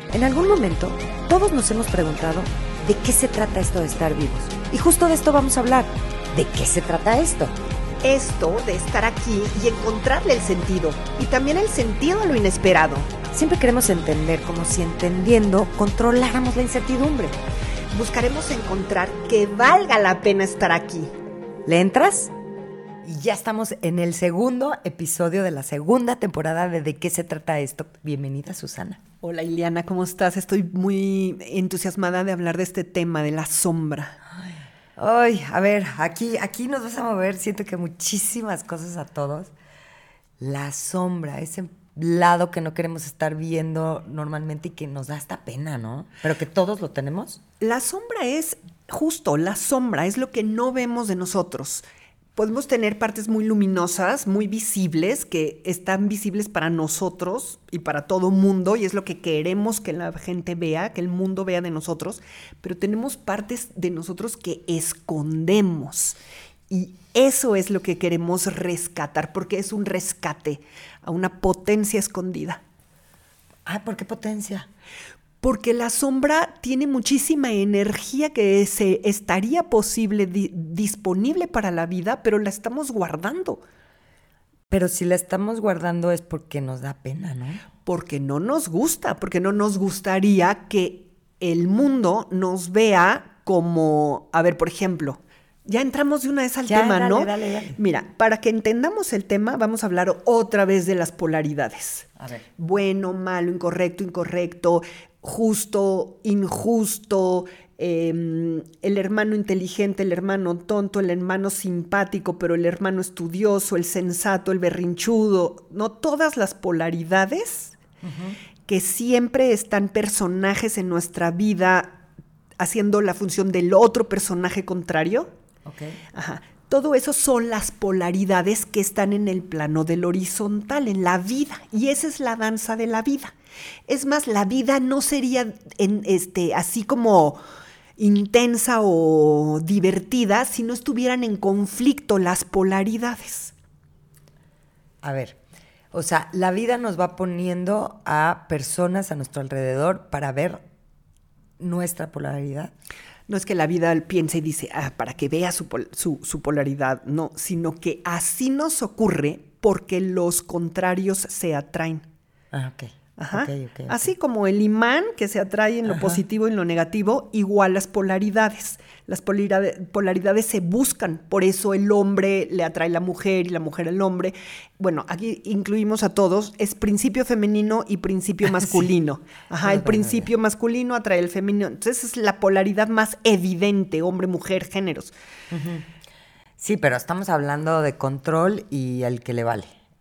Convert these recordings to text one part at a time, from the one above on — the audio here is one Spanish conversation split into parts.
En algún momento, todos nos hemos preguntado ¿de qué se trata esto de estar vivos? Y justo de esto vamos a hablar. ¿De qué se trata esto? Esto de estar aquí y encontrarle el sentido. Y también el sentido a lo inesperado. Siempre queremos entender como si entendiendo controláramos la incertidumbre. Buscaremos encontrar que valga la pena estar aquí. ¿Le entras? Y ya estamos en el segundo episodio de la segunda temporada de qué se trata esto. Bienvenida, Susana. Hola, Ileana, ¿cómo estás? Estoy muy entusiasmada de hablar de este tema, de la sombra. Ay, a ver, aquí nos vas a mover, siento que muchísimas cosas a todos. La sombra, ese lado que no queremos estar viendo normalmente y que nos da hasta pena, ¿no? Pero que todos lo tenemos. La sombra es lo que no vemos de nosotros. Podemos tener partes muy luminosas, muy visibles, que están visibles para nosotros y para todo mundo, y es lo que queremos que la gente vea, que el mundo vea de nosotros, pero tenemos partes de nosotros que escondemos. Y eso es lo que queremos rescatar, porque es un rescate a una potencia escondida. Ah, ¿por qué potencia? Porque la sombra tiene muchísima energía que estaría disponible para la vida, pero la estamos guardando. Pero si la estamos guardando es porque nos da pena, ¿no? Porque no nos gusta, porque no nos gustaría que el mundo nos vea como, a ver, por ejemplo, ya entramos de una vez al tema, dale, ¿no? Dale. Mira, para que entendamos el tema, vamos a hablar otra vez de las polaridades. A ver. Bueno, malo, incorrecto, justo, injusto, el hermano inteligente, el hermano tonto, el hermano simpático, pero el hermano estudioso, el sensato, el berrinchudo, ¿no? Todas las polaridades que siempre están personajes en nuestra vida haciendo la función del otro personaje contrario. Okay. Ajá. Todo eso son las polaridades que están en el plano del horizontal, en la vida. Y esa es la danza de la vida. Es más, la vida no sería así como intensa o divertida si no estuvieran en conflicto las polaridades. A ver, o sea, la vida nos va poniendo a personas a nuestro alrededor para ver nuestra polaridad. No es que la vida piense y dice, para que vea su polaridad, no, sino que así nos ocurre porque los contrarios se atraen. Ah, ok. Ajá. Okay. Así como el imán que se atrae en lo positivo y en lo negativo, igual las polaridades. Las polaridades se buscan, por eso el hombre le atrae a la mujer y la mujer al hombre. Bueno, aquí incluimos a todos, es principio femenino y principio masculino. Sí. Ajá, el principio masculino atrae al femenino. Entonces es la polaridad más evidente, hombre, mujer, géneros. Uh-huh. Sí, pero estamos hablando de control y al que le vale.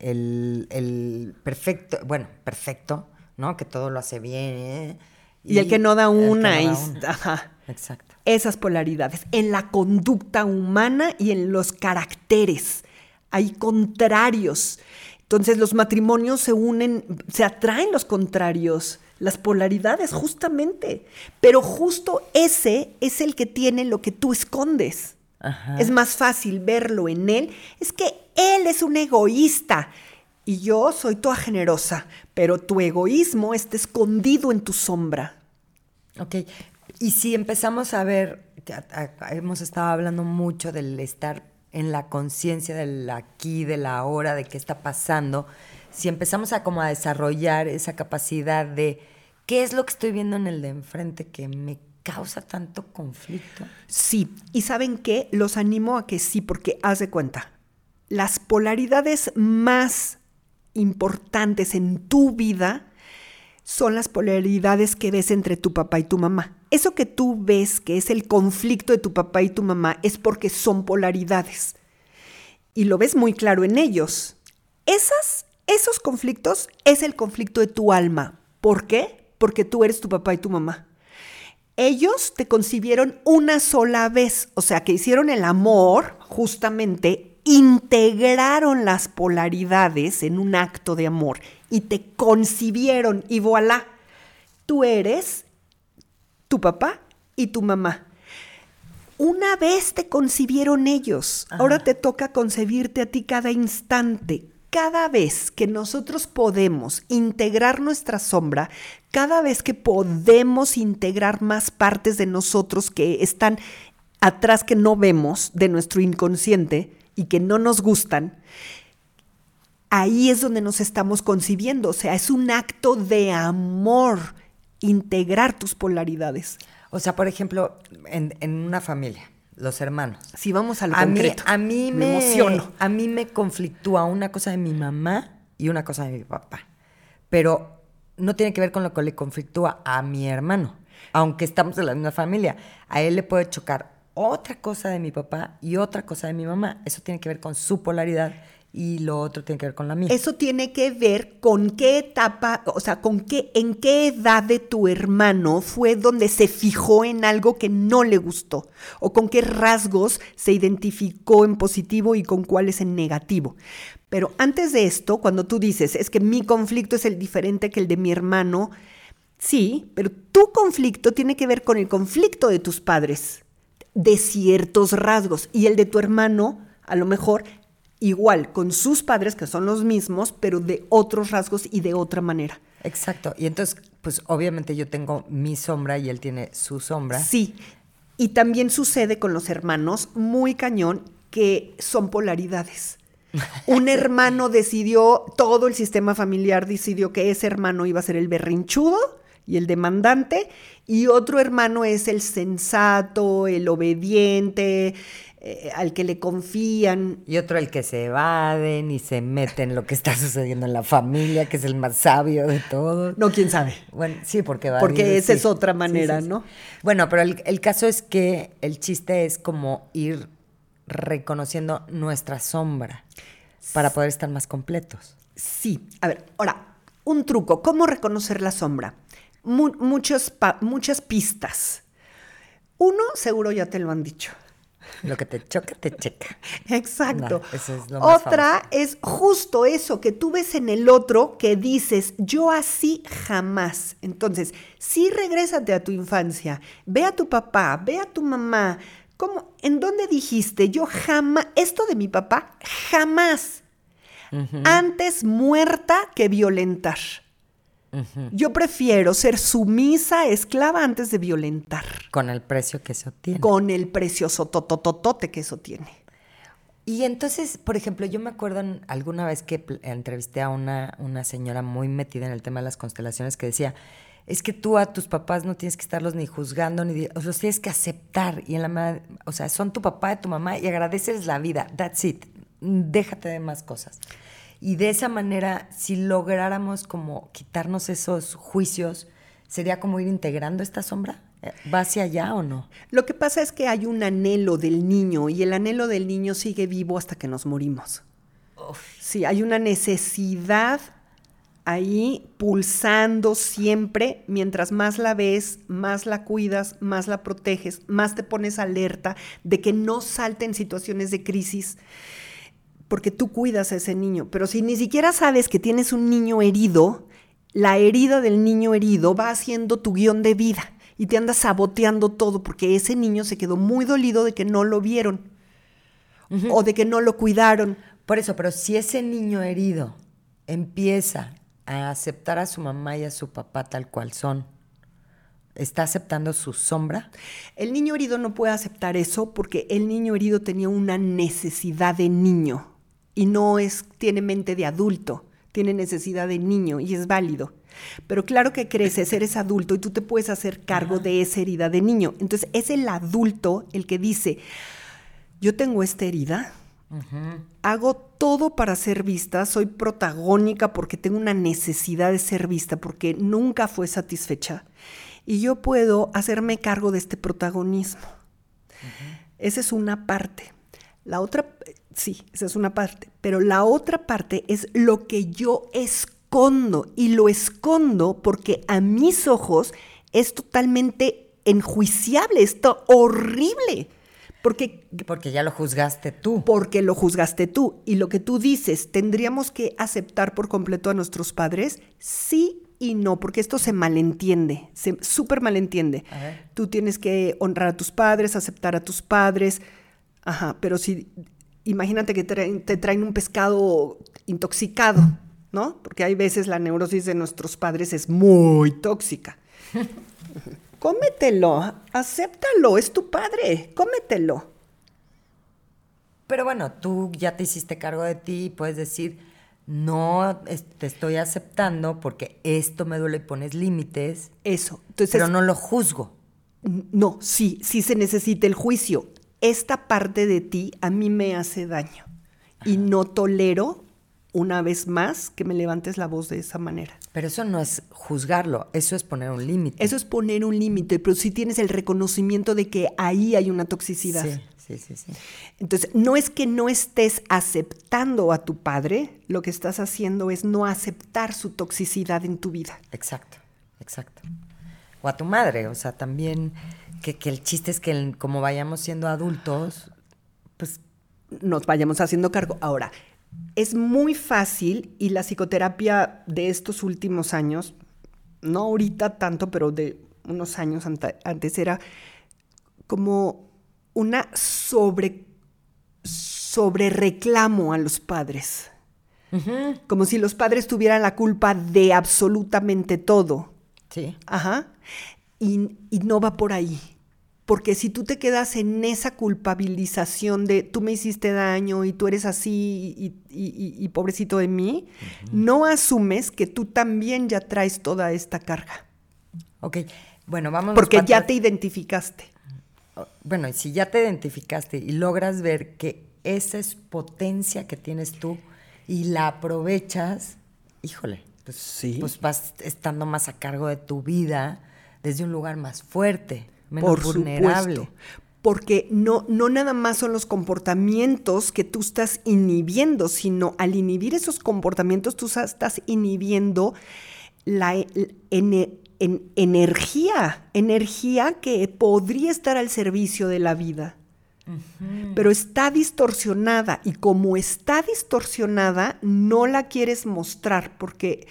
El perfecto, ¿no? Que todo lo hace bien. Y el que no da una. Ajá. Exacto. Esas polaridades. En la conducta humana y en los caracteres. Hay contrarios. Entonces los matrimonios se unen, se atraen los contrarios. Las polaridades, justamente. Pero justo ese es el que tiene lo que tú escondes. Ajá. Es más fácil verlo en él. Es que él es un egoísta y yo soy toda generosa, pero tu egoísmo está escondido en tu sombra. Ok, y si empezamos a ver, hemos estado hablando mucho del estar en la conciencia del aquí, del ahora, de qué está pasando, si empezamos a como a desarrollar esa capacidad de qué es lo que estoy viendo en el de enfrente que me causa tanto conflicto. Sí, y ¿saben qué? Los animo a que sí, porque haz de cuenta, las polaridades más importantes en tu vida son las polaridades que ves entre tu papá y tu mamá. Eso que tú ves que es el conflicto de tu papá y tu mamá es porque son polaridades. Y lo ves muy claro en ellos. Esos conflictos es el conflicto de tu alma. ¿Por qué? Porque tú eres tu papá y tu mamá. Ellos te concibieron una sola vez, o sea que hicieron el amor, justamente, integraron las polaridades en un acto de amor y te concibieron y voilà, tú eres tu papá y tu mamá. Una vez te concibieron ellos, ahora te toca concebirte a ti cada instante. cada vez que nosotros podemos integrar nuestra sombra, cada vez que podemos integrar más partes de nosotros que están atrás, que no vemos, de nuestro inconsciente y que no nos gustan, ahí es donde nos estamos concibiendo. O sea, es un acto de amor integrar tus polaridades. O sea, por ejemplo, en una familia, los hermanos. Si vamos a lo concreto, me emociono. A mí me conflictúa una cosa de mi mamá y una cosa de mi papá. Pero no tiene que ver con lo que le conflictúa a mi hermano. Aunque estamos en la misma familia, a él le puede chocar otra cosa de mi papá y otra cosa de mi mamá. Eso tiene que ver con su polaridad y lo otro tiene que ver con la mía. Eso tiene que ver con qué etapa, o sea, en qué edad de tu hermano fue donde se fijó en algo que no le gustó, o con qué rasgos se identificó en positivo y con cuáles en negativo. Pero antes de esto, cuando tú dices, es que mi conflicto es el diferente que el de mi hermano, sí, pero tu conflicto tiene que ver con el conflicto de tus padres, de ciertos rasgos, y el de tu hermano, a lo mejor, igual, con sus padres, que son los mismos, pero de otros rasgos y de otra manera. Exacto. Y entonces, pues obviamente yo tengo mi sombra y él tiene su sombra. Sí. Y también sucede con los hermanos, muy cañón, que son polaridades. Un hermano decidió, todo el sistema familiar decidió que ese hermano iba a ser el berrinchudo y el demandante, y otro hermano es el sensato, el obediente, al que le confían. Y otro el que se evaden y se mete en lo que está sucediendo en la familia, que es el más sabio de todos. No, quién sabe. Bueno, sí, porque esa es otra manera, sí. ¿No? Bueno, pero el caso es que el chiste es como ir reconociendo nuestra sombra para poder estar más completos. Sí. A ver, ahora, un truco. ¿Cómo reconocer la sombra? Muchas pistas. Uno, seguro ya te lo han dicho. Lo que te choca, te checa. Exacto. No, eso es lo más Otra famoso. es justo eso que tú ves en el otro, que dices, yo así jamás. Entonces, sí, regrésate a tu infancia, ve a tu papá, ve a tu mamá. ¿Cómo? ¿En dónde dijiste? Yo jamás, esto de mi papá, jamás. Uh-huh. Antes muerta que violentar. Uh-huh. Yo prefiero ser sumisa, esclava, antes de violentar. Con el precio que eso tiene. Con el precioso totototote que eso tiene. Y entonces, por ejemplo, yo me acuerdo alguna vez que entrevisté a una señora muy metida en el tema de las constelaciones que decía, es que tú a tus papás no tienes que estarlos ni juzgando, los tienes que aceptar. Y o sea, son tu papá y tu mamá y agradeces la vida. That's it. Déjate de más cosas. Y de esa manera, si lográramos como quitarnos esos juicios, ¿sería como ir integrando esta sombra? ¿Va hacia allá o no? Lo que pasa es que hay un anhelo del niño y el anhelo del niño sigue vivo hasta que nos morimos. Uf. Sí, hay una necesidad ahí pulsando siempre. Mientras más la ves, más la cuidas, más la proteges, más te pones alerta de que no salte en situaciones de crisis, porque tú cuidas a ese niño. Pero si ni siquiera sabes que tienes un niño herido, la herida del niño herido va haciendo tu guión de vida y te andas saboteando todo porque ese niño se quedó muy dolido de que no lo vieron. Uh-huh. O de que no lo cuidaron. Por eso, pero si ese niño herido empieza a aceptar a su mamá y a su papá tal cual son, ¿está aceptando su sombra? El niño herido no puede aceptar eso porque el niño herido tenía una necesidad de niño y no tiene mente de adulto, tiene necesidad de niño y es válido. Pero claro que creces, eres adulto y tú te puedes hacer cargo de esa herida de niño. Entonces es el adulto el que dice, yo tengo esta herida, hago todo para ser vista, soy protagónica porque tengo una necesidad de ser vista, porque nunca fue satisfecha. Y yo puedo hacerme cargo de este protagonismo. Esa es una parte. La otra, sí, esa es una parte. Pero la otra parte es lo que yo escondo. Y lo escondo porque a mis ojos es totalmente enjuiciable, está horrible. Porque ya lo juzgaste tú. Porque lo juzgaste tú. Y lo que tú dices, ¿tendríamos que aceptar por completo a nuestros padres? Sí y no, porque esto se malentiende, se súper malentiende. Tú tienes que honrar a tus padres, aceptar a tus padres, pero si imagínate que te traen un pescado intoxicado, ¿no? Porque hay veces la neurosis de nuestros padres es muy tóxica. Cómetelo, acéptalo, es tu padre, cómetelo. Pero bueno, tú ya te hiciste cargo de ti y puedes decir, no te estoy aceptando porque esto me duele y pones límites. Eso. Entonces, pero no lo juzgo. No, sí se necesita el juicio. Esta parte de ti a mí me hace daño. Ajá. Y no tolero, una vez más, que me levantes la voz de esa manera. Pero eso no es juzgarlo, eso es poner un límite. Eso es poner un límite, pero sí tienes el reconocimiento de que ahí hay una toxicidad. Sí. Entonces, no es que no estés aceptando a tu padre, lo que estás haciendo es no aceptar su toxicidad en tu vida. Exacto. O a tu madre, o sea, también que el chiste es que como vayamos siendo adultos, pues nos vayamos haciendo cargo. Ahora, es muy fácil y la psicoterapia de estos últimos años, no ahorita tanto, pero de unos años antes era como una sobre reclamo a los padres. Uh-huh. Como si los padres tuvieran la culpa de absolutamente todo. Sí. Ajá. Y no va por ahí. Porque si tú te quedas en esa culpabilización de tú me hiciste daño y tú eres así y pobrecito de mí, uh-huh, no asumes que tú también ya traes toda esta carga. Ok, bueno, vamos. Porque ya te identificaste. Bueno, y si ya te identificaste y logras ver que esa es potencia que tienes tú y la aprovechas, híjole, pues, sí, pues vas estando más a cargo de tu vida desde un lugar más fuerte, menos vulnerable. Supuesto, porque no nada más son los comportamientos que tú estás inhibiendo, sino al inhibir esos comportamientos tú estás inhibiendo la energía que podría estar al servicio de la vida. Uh-huh. Pero está distorsionada y como está distorsionada no la quieres mostrar porque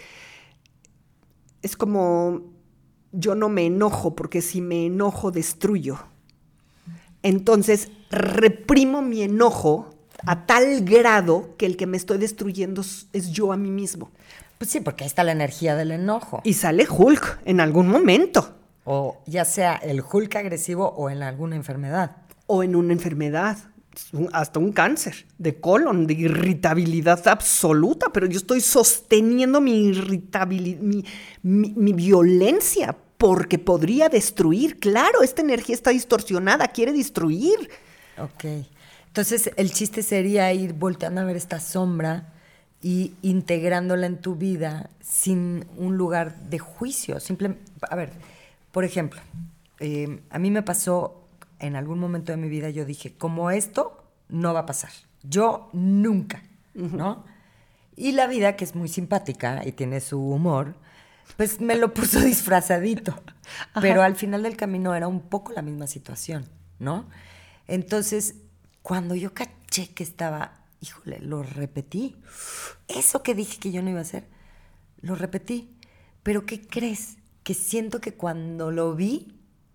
es como yo no me enojo porque si me enojo destruyo. Entonces reprimo mi enojo a tal grado que el que me estoy destruyendo es yo a mí mismo. Pues sí, porque ahí está la energía del enojo. Y sale Hulk en algún momento. O ya sea el Hulk agresivo o en alguna enfermedad. O en una enfermedad, hasta un cáncer de colon, de irritabilidad absoluta, pero yo estoy sosteniendo mi irritabilidad, mi violencia, porque podría destruir. Claro, esta energía está distorsionada, quiere destruir. Ok. Entonces, el chiste sería ir volteando a ver esta sombra y integrándola en tu vida sin un lugar de juicio. A ver, por ejemplo, a mí me pasó en algún momento de mi vida, yo dije, como esto no va a pasar. Yo nunca, ¿no? Y la vida, que es muy simpática y tiene su humor, pues me lo puso disfrazadito. Ajá. Pero al final del camino era un poco la misma situación, ¿no? Entonces, cuando yo caché que estaba, híjole, lo repetí. Eso que dije que yo no iba a hacer, lo repetí. Pero ¿qué crees? Que siento que cuando lo vi,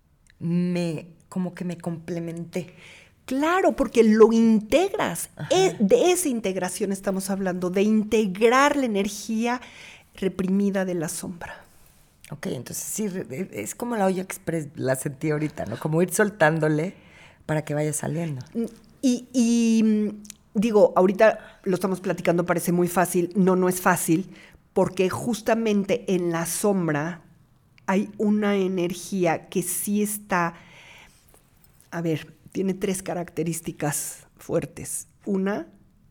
como que me complementé. Claro, porque lo integras. De esa integración estamos hablando, de integrar la energía reprimida de la sombra. Ok, entonces sí, es como la olla express, la sentí ahorita, ¿no? Como ir soltándole para que vaya saliendo. Y digo, ahorita lo estamos platicando, parece muy fácil. No es fácil, porque justamente en la sombra hay una energía que sí está... A ver, tiene 3 características fuertes. Una,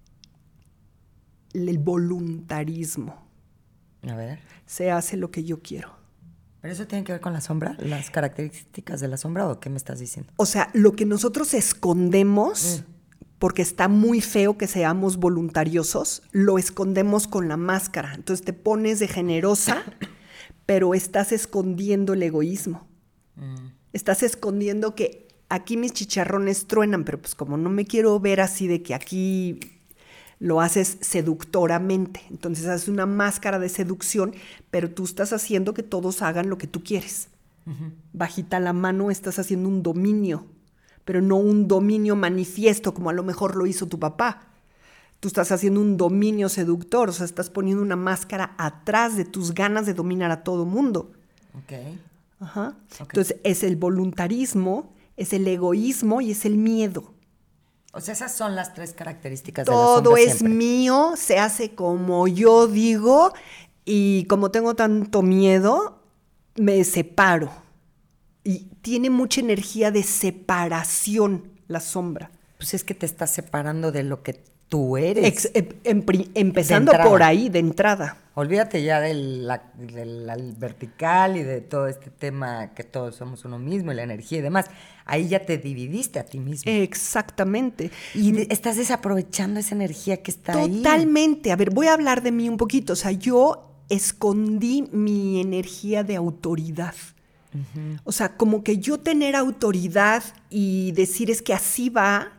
el voluntarismo. A ver. Se hace lo que yo quiero. ¿Pero eso tiene que ver con la sombra? ¿Las características de la sombra o qué me estás diciendo? O sea, lo que nosotros escondemos, porque está muy feo que seamos voluntariosos, lo escondemos con la máscara. Entonces te pones de generosa, pero estás escondiendo el egoísmo. Estás escondiendo que aquí mis chicharrones truenan, pero pues como no me quiero ver así de que aquí lo haces seductoramente. Entonces haces una máscara de seducción, pero tú estás haciendo que todos hagan lo que tú quieres. Uh-huh. Bajita la mano, estás haciendo un dominio pero no un dominio manifiesto como a lo mejor lo hizo tu papá. Tú estás haciendo un dominio seductor, o sea, estás poniendo una máscara atrás de tus ganas de dominar a todo mundo. Ok. Ajá. Ok. Entonces, es el voluntarismo, es el egoísmo y es el miedo. O sea, esas son las 3 características de la sombra Todo es siempre. mío, se hace como yo digo y como tengo tanto miedo, me separo. Y tiene mucha energía de separación la sombra. Pues es que te estás separando de lo que tú eres. Empezando por ahí, de entrada. Olvídate ya de la vertical y de todo este tema que todos somos uno mismo y la energía y demás. Ahí ya te dividiste a ti mismo. Exactamente. Y estás desaprovechando esa energía que está ahí. Totalmente. A ver, voy a hablar de mí un poquito. O sea, yo escondí mi energía de autoridad. Uh-huh. O sea, como que yo tener autoridad y decir es que así va,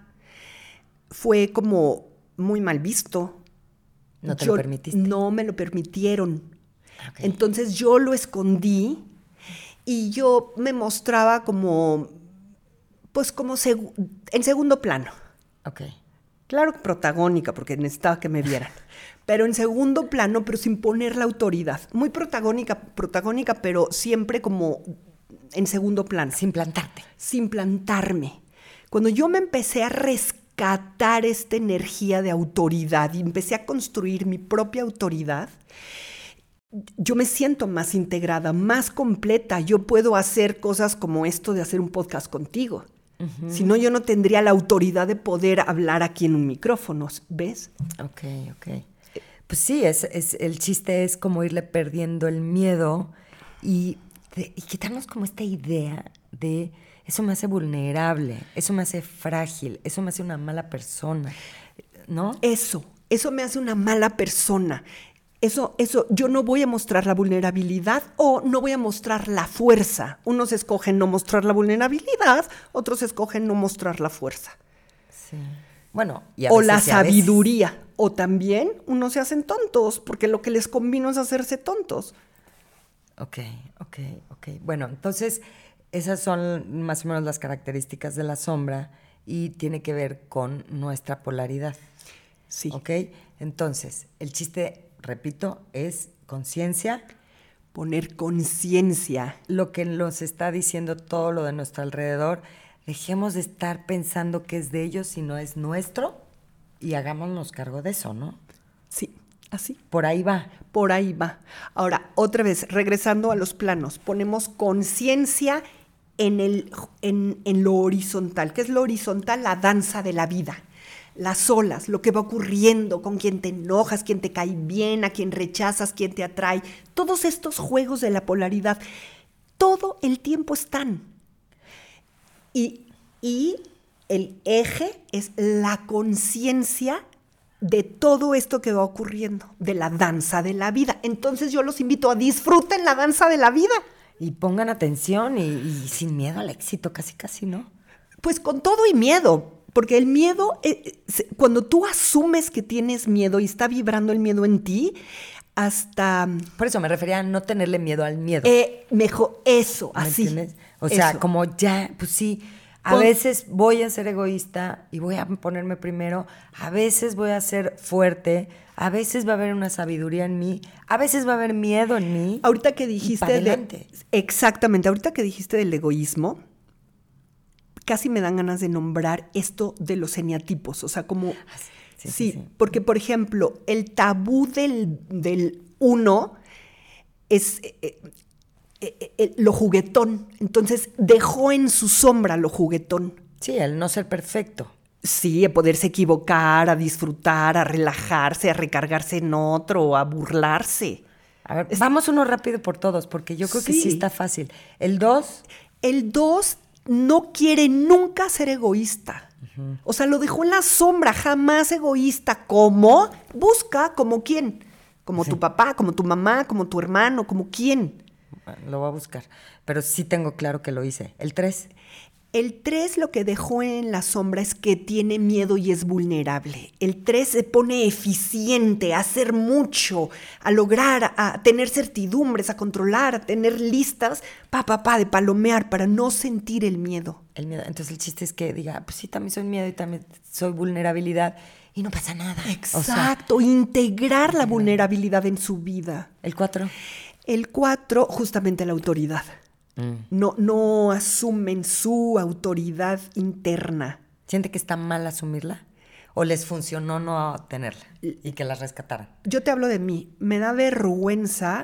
fue como muy mal visto. ¿No te lo permitiste? No me lo permitieron. Okay. Entonces yo lo escondí y yo me mostraba como, pues como en segundo plano. Ok. Claro que protagónica, porque necesitaba que me vieran. Pero en segundo plano, pero sin poner la autoridad. Muy protagónica, pero siempre como en segundo plano. Sin plantarte. Sin plantarme. Cuando yo me empecé a rescatar esta energía de autoridad y empecé a construir mi propia autoridad, yo me siento más integrada, más completa. Yo puedo hacer cosas como esto de hacer un podcast contigo. Uh-huh. Si no, yo no tendría la autoridad de poder hablar aquí en un micrófono, ¿ves? Ok. Pues sí, el chiste es como irle perdiendo el miedo y quitarnos como esta idea de eso me hace vulnerable, eso me hace frágil, eso me hace una mala persona, ¿no? Eso me hace una mala persona. Eso, yo no voy a mostrar la vulnerabilidad o no voy a mostrar la fuerza. Unos escogen no mostrar la vulnerabilidad, otros escogen no mostrar la fuerza. Sí. Bueno, y o la sabiduría. O también unos se hacen tontos, porque lo que les convino es hacerse tontos. Ok. Bueno, entonces esas son más o menos las características de la sombra y tiene que ver con nuestra polaridad. Sí. Ok, entonces el chiste, repito, es conciencia. Poner conciencia. Lo que nos está diciendo todo lo de nuestro alrededor, dejemos de estar pensando que es de ellos, sino es nuestro y hagámonos cargo de eso, ¿no? Sí, así. Por ahí va. Por ahí va. Ahora, otra vez, regresando a los planos, ponemos conciencia en lo horizontal. ¿Qué es lo horizontal? La danza de la vida. Las olas, lo que va ocurriendo, con quién te enojas, quién te cae bien, a quién rechazas, quién te atrae. Todos estos juegos de la polaridad, todo el tiempo están. Y el eje es la conciencia de todo esto que va ocurriendo, de la danza de la vida. Entonces yo los invito a disfruten la danza de la vida. Y pongan atención y sin miedo al éxito, casi, ¿no? Pues con todo y miedo. Porque el miedo, cuando tú asumes que tienes miedo y está vibrando el miedo en ti, hasta... Por eso me refería a no tenerle miedo al miedo. Mejor, eso, ¿Me así. entiendes? O sea, como ya, pues sí, a veces voy a ser egoísta y voy a ponerme primero, a veces voy a ser fuerte, a veces va a haber una sabiduría en mí, a veces va a haber miedo en mí. Ahorita que dijiste exactamente, ahorita que dijiste del egoísmo, casi me dan ganas de nombrar esto de los eneatipos, o sea, como... Sí, porque, por ejemplo, el tabú del uno es lo juguetón. Entonces, dejó en su sombra lo juguetón. Sí, el no ser perfecto. Sí, a poderse equivocar, a disfrutar, a relajarse, a recargarse en otro, a burlarse. A ver, vamos uno rápido por todos, porque yo creo que sí está fácil. El 2. El 2 no quiere nunca ser egoísta. Uh-huh. O sea, lo dejó en la sombra, jamás egoísta. ¿Cómo? Busca como quién. Como tu papá, como tu mamá, como tu hermano, como quién. Bueno, lo voy a buscar. Pero sí tengo claro que lo hice. El 3. El 3 lo que dejó en la sombra es que tiene miedo y es vulnerable. El 3 se pone eficiente, a hacer mucho, a lograr, a tener certidumbres, a controlar, a tener listas, de palomear para no sentir el miedo. El miedo. Entonces el chiste es que diga, pues sí, también soy miedo y también soy vulnerabilidad y no pasa nada. Exacto, o sea, integrar la vulnerabilidad en su vida. ¿El 4? El 4, justamente la autoridad. No asumen su autoridad interna. ¿Siente que está mal asumirla? ¿O les funcionó no tenerla y que la rescataran? Yo te hablo de mí. Me da vergüenza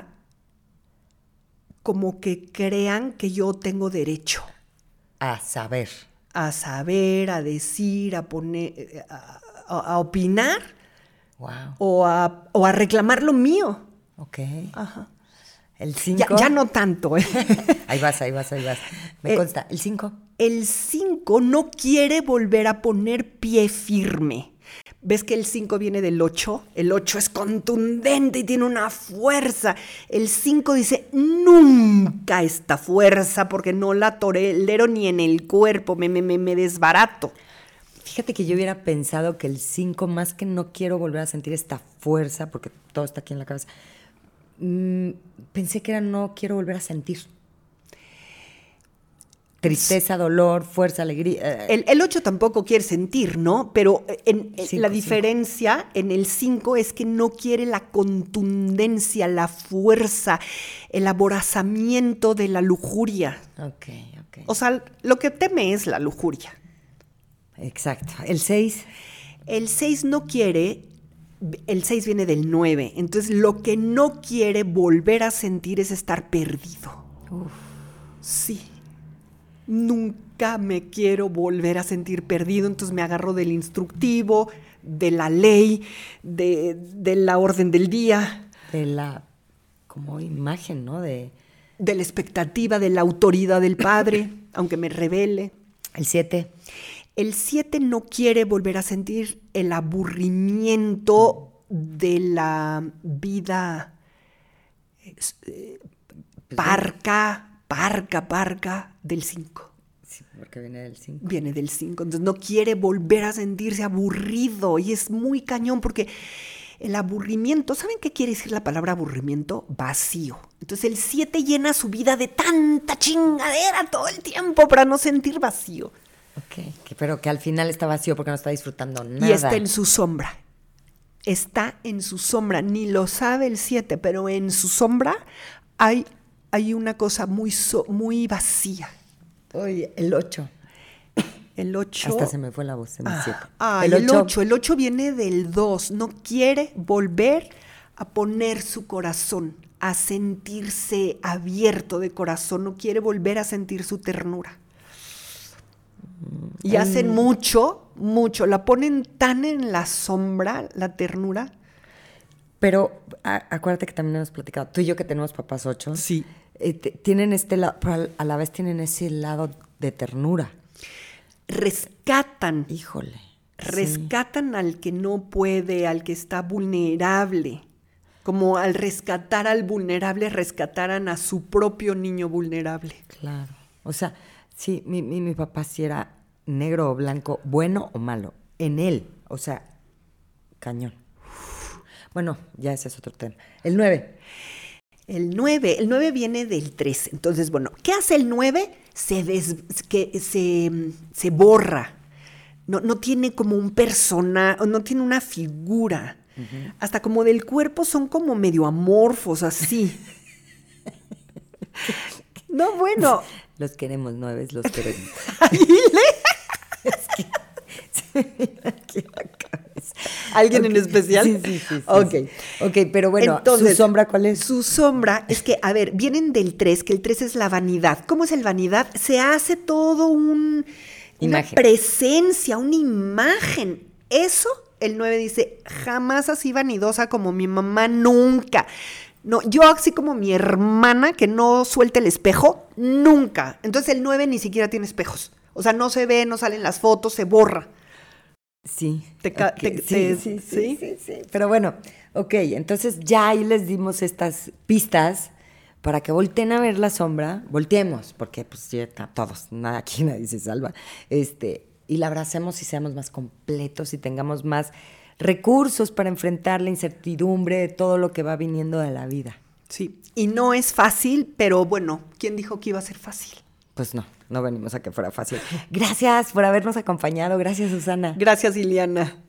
como que crean que yo tengo derecho. A saber. A saber, a decir, a poner, a opinar. Wow. O a reclamar lo mío. Ok. Ajá. ¿El 5? Ya no tanto, ¿eh? Ahí vas. Me consta. ¿El 5? El 5 no quiere volver a poner pie firme. ¿Ves que el 5 viene del 8? El 8 es contundente y tiene una fuerza. El 5 dice, nunca esta fuerza porque no la tolero ni en el cuerpo, me desbarato. Fíjate que yo hubiera pensado que el 5, más que no quiero volver a sentir esta fuerza, porque todo está aquí en la cabeza, pensé que era no quiero volver a sentir. Tristeza, dolor, fuerza, alegría. El 8 tampoco quiere sentir, ¿no? Pero la diferencia en el 5 es que no quiere la contundencia, la fuerza, el aborazamiento de la lujuria. Ok. O sea, lo que teme es la lujuria. Exacto. ¿El 6? El 6 no quiere. El 6 viene del 9. Entonces, lo que no quiere volver a sentir es estar perdido. Uf. Sí. Nunca me quiero volver a sentir perdido. Entonces, me agarro del instructivo, de la ley, de la orden del día. De la, como imagen, ¿no? De la expectativa, de la autoridad del padre, aunque me rebele. El 7. El 7 no quiere volver a sentir el aburrimiento de la vida parca del 5. Sí, porque viene del 5. Viene del 5, entonces no quiere volver a sentirse aburrido y es muy cañón porque el aburrimiento, ¿saben qué quiere decir la palabra aburrimiento? Vacío. Entonces el 7 llena su vida de tanta chingadera todo el tiempo para no sentir vacío. Ok, pero que al final está vacío porque no está disfrutando nada. Y está en su sombra. Está en su sombra. Ni lo sabe el 7, pero en su sombra hay una cosa muy vacía. Oye, el 8. El 8. Hasta se me fue la voz en el 7. El 8 viene del 2. No quiere volver a poner su corazón, a sentirse abierto de corazón. No quiere volver a sentir su ternura. Y hacen mucho, la ponen tan en la sombra, la ternura. Pero acuérdate que también hemos platicado, tú y yo que tenemos papás 8, sí. Tienen este lado, pero a la vez tienen ese lado de ternura. Rescatan. Híjole. Rescatan al que no puede, al que está vulnerable. Como al rescatar al vulnerable, rescataran a su propio niño vulnerable. Claro. O sea, sí, mi papá sí era negro o blanco, bueno o malo, en él, o sea, cañón. Bueno, ya ese es otro tema. El 9. El 9 viene del 3. Entonces, bueno, ¿qué hace el 9? Se borra. No tiene como un personaje, no tiene una figura. Uh-huh. Hasta como del cuerpo son como medio amorfos, así. No, bueno. Los queremos, 9, los queremos. Es que se me viene aquí la cabeza. ¿Alguien en especial? Sí. Ok, pero bueno, entonces, ¿su sombra cuál es? Su sombra es que, a ver, vienen del 3, que el 3 es la vanidad. ¿Cómo es el vanidad? Se hace todo una presencia, una imagen. Eso, el 9 dice, jamás así vanidosa como mi mamá, nunca. No, yo así como mi hermana que no suelta el espejo, nunca. Entonces el 9 ni siquiera tiene espejos. O sea, no se ve, no salen las fotos, se borra. Sí. Sí. Pero bueno, ok, entonces ya ahí les dimos estas pistas para que volteen a ver la sombra, volteemos, porque pues ya todos, nada, aquí nadie se salva, y la abracemos y seamos más completos y tengamos más recursos para enfrentar la incertidumbre de todo lo que va viniendo de la vida. Sí, y no es fácil, pero bueno, ¿quién dijo que iba a ser fácil? Pues no venimos a que fuera fácil. Gracias por habernos acompañado, gracias Susana. Gracias, Ileana.